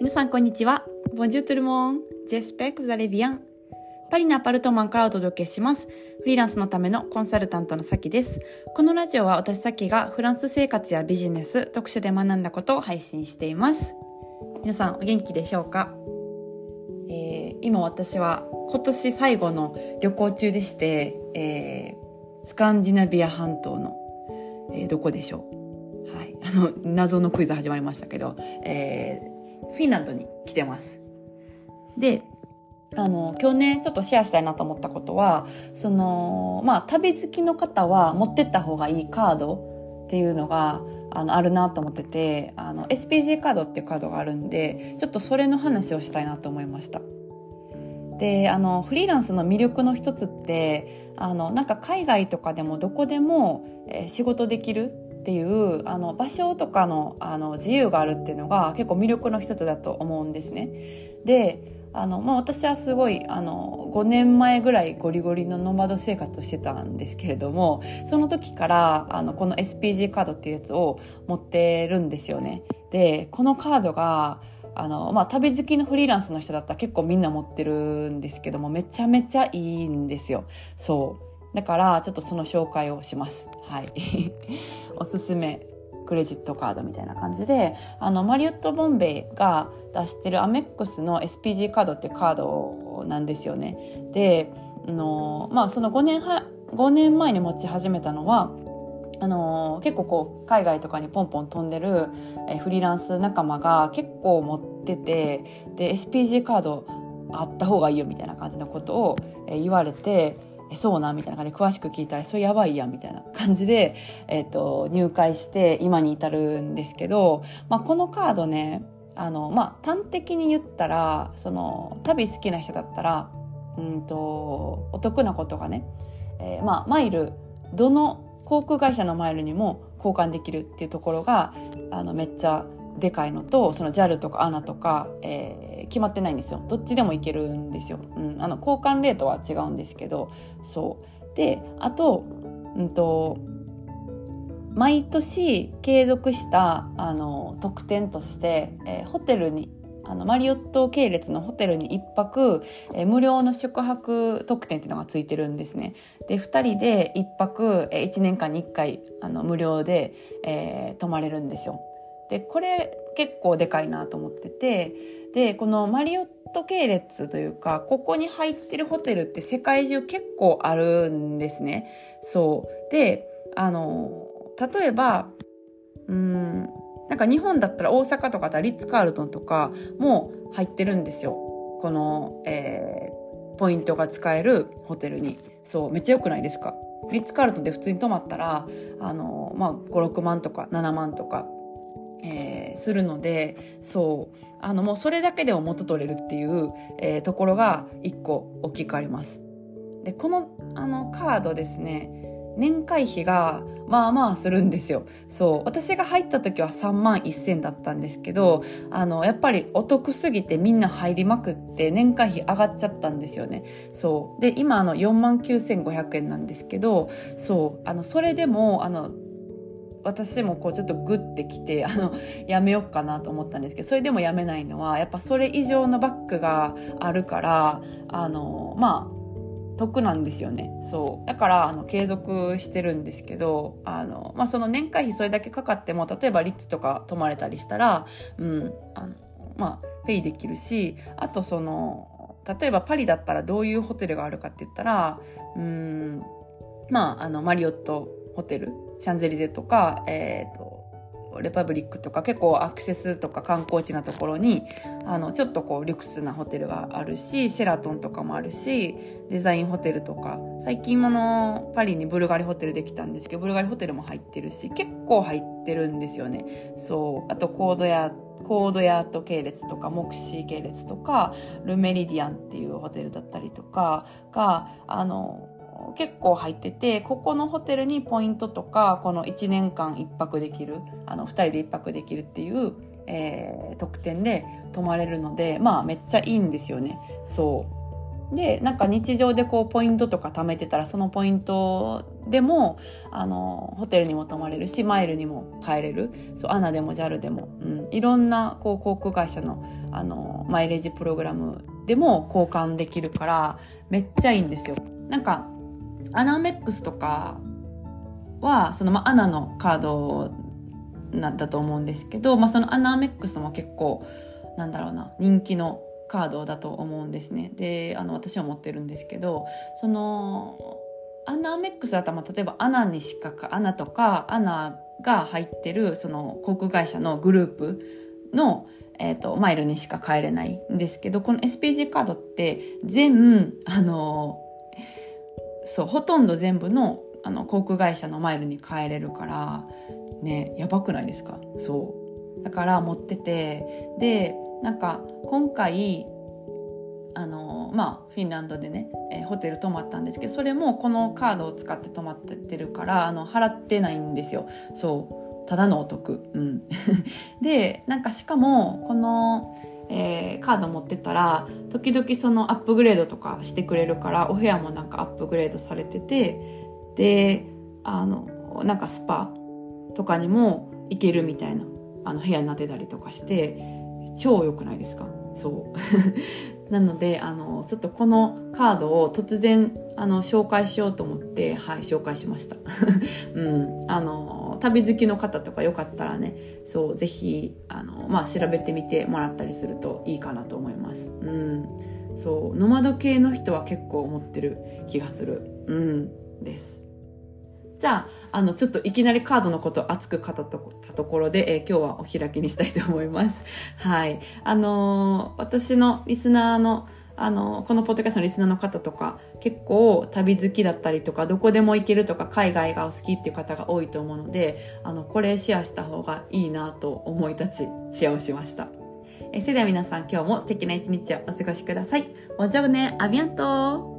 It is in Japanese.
皆さんこんにちは。Bonjour tout le monde. J'espère que vous allez bien. パリのアパルトマンからお届けします。フリーランスのためのコンサルタントのさきです。このラジオは私さきがフランス生活やビジネス、読書で学んだことを配信しています。皆さんお元気でしょうか？今私は今年最後の旅行中でして、スカンジナビア半島の、どこでしょう？はい、謎のクイズ始まりましたけど、フィンランドに来てます。で、今日ねちょっとシェアしたいなと思ったことは、旅好きの方は持ってった方がいいカードっていうのがあるなと思ってて、SPG カードっていうカードがあるんで、ちょっとそれの話をしたいなと思いました。で、フリーランスの魅力の一つって、なんか海外とかでもどこでも、仕事できるっていう場所とかの自由があるっていうのが結構魅力の一つだと思うんですね。で、私はすごい5年前ぐらいゴリゴリのノマド生活をしてたんですけれども、その時からこの SPG カードっていうやつを持ってるんですよね。で、このカードが旅好きのフリーランスの人だったら結構みんな持ってるんですけども、めちゃめちゃいいんですよ。そうだからちょっとその紹介をします。はいおすすめクレジットカードみたいな感じで、マリオットボンベイが出してるアメックスの SPG カードってカードなんですよね。で、その5年前に持ち始めたのは結構こう海外とかにポンポン飛んでるフリーランス仲間が結構持ってて、で SPG カードあった方がいいよみたいな感じのことを言われて、そうなみたいな感じで詳しく聞いたら、それやばいやんみたいな感じで、入会して今に至るんですけど、このカードね、端的に言ったら、旅好きな人だったらお得なことがね、マイルどの航空会社のマイルにも交換できるっていうところがめっちゃでかいのと、その JAL とか ANA とか、決まってないんですよ。どっちでも行けるんですよ。交換レートは違うんですけど、そうで、あと、毎年継続した特典として、ホテルにマリオット系列のホテルに1泊、無料の宿泊特典っていうのがついてるんですね。で、2人で1泊、1年間に1回無料で、泊まれるんですよ。で、これ結構でかいなと思ってて、で、このマリオット系列というか、ここに入ってるホテルって世界中結構あるんですね。そうで、例えばなんか日本だったら大阪とかだったらリッツカールトンとかも入ってるんですよ。この、ポイントが使えるホテルに。そう、めっちゃ良くないですか？リッツカールトンで普通に泊まったら5、6万とか7万とか、するので、そうもうそれだけでも元取れるっていう、ところが1個大きくあります。で、このカードですね、年会費がまあまあするんですよ。そう、私が入った時は3万1000だったんですけど、やっぱりお得すぎてみんな入りまくって年会費上がっちゃったんですよね。そうで、今4万9500円なんですけど、そうそれでも私もこうちょっとグッてきてやめようかなと思ったんですけど、それでもやめないのはやっぱそれ以上のバックがあるから得なんですよね。そうだから継続してるんですけど、その年会費それだけかかっても、例えばリッツとか泊まれたりしたらペイできるし、あと例えばパリだったらどういうホテルがあるかって言ったらマリオットホテル、シャンゼリゼとかレパブリックとか、結構アクセスとか観光地なところにちょっとこうリュクスなホテルがあるし、シェラトンとかもあるし、デザインホテルとか、最近パリにブルガリホテルできたんですけど、ブルガリホテルも入ってるし、結構入ってるんですよね。そう、あとコードヤート系列とかモクシー系列とかルメリディアンっていうホテルだったりとかが結構入ってて、ここのホテルにポイントとか、この1年間1泊できる2人で1泊できるっていう、特典で泊まれるので、めっちゃいいんですよね。そでなんか日常でこうポイントとか貯めてたらそのポイントでもホテルにも泊まれるしマイルにも変えれる。そうANAでも JAL でも、いろんなこう航空会社のマイレージプログラムでも交換できるからめっちゃいいんですよ。なんかANAアメックスとかはそのANAのカードなんだと思うんですけど、そのANAアメックスも結構なんだろうな人気のカードだと思うんですね。で私は持ってるんですけど、そのANAアメックスだったら例えばANAにしかANAとかANAが入ってるその航空会社のグループのマイルにしか買えれないんですけど、この SPG カードってほとんど全部の航空会社のマイルに変えれるからね、やばくないですか？そうだから持ってて、でなんか今回フィンランドでね、ホテル泊まったんですけど、それもこのカードを使って泊まってるから払ってないんですよ。そうただのお得、でなんかしかもこの、カード持ってたら時々そのアップグレードとかしてくれるから、お部屋もなんかアップグレードされてて、でなんかスパとかにも行けるみたいな部屋になってたりとかして超良くないですか？そうなのでちょっとこのカードを突然紹介しようと思って紹介しました旅好きの方とかよかったらね、そうぜひ調べてみてもらったりするといいかなと思います。そうノマド系の人は結構持ってる気がするです。じゃあ、ちょっといきなりカードのことを熱く語ったところで、今日はお開きにしたいと思います。はい。私のリスナーの、このポッドキャストのリスナーの方とか、結構旅好きだったりとか、どこでも行けるとか、海外がお好きっていう方が多いと思うので、これシェアした方がいいなと思い立ち、シェアをしました。それでは皆さん、今日も素敵な一日をお過ごしください。ボンジョルネ、アビアント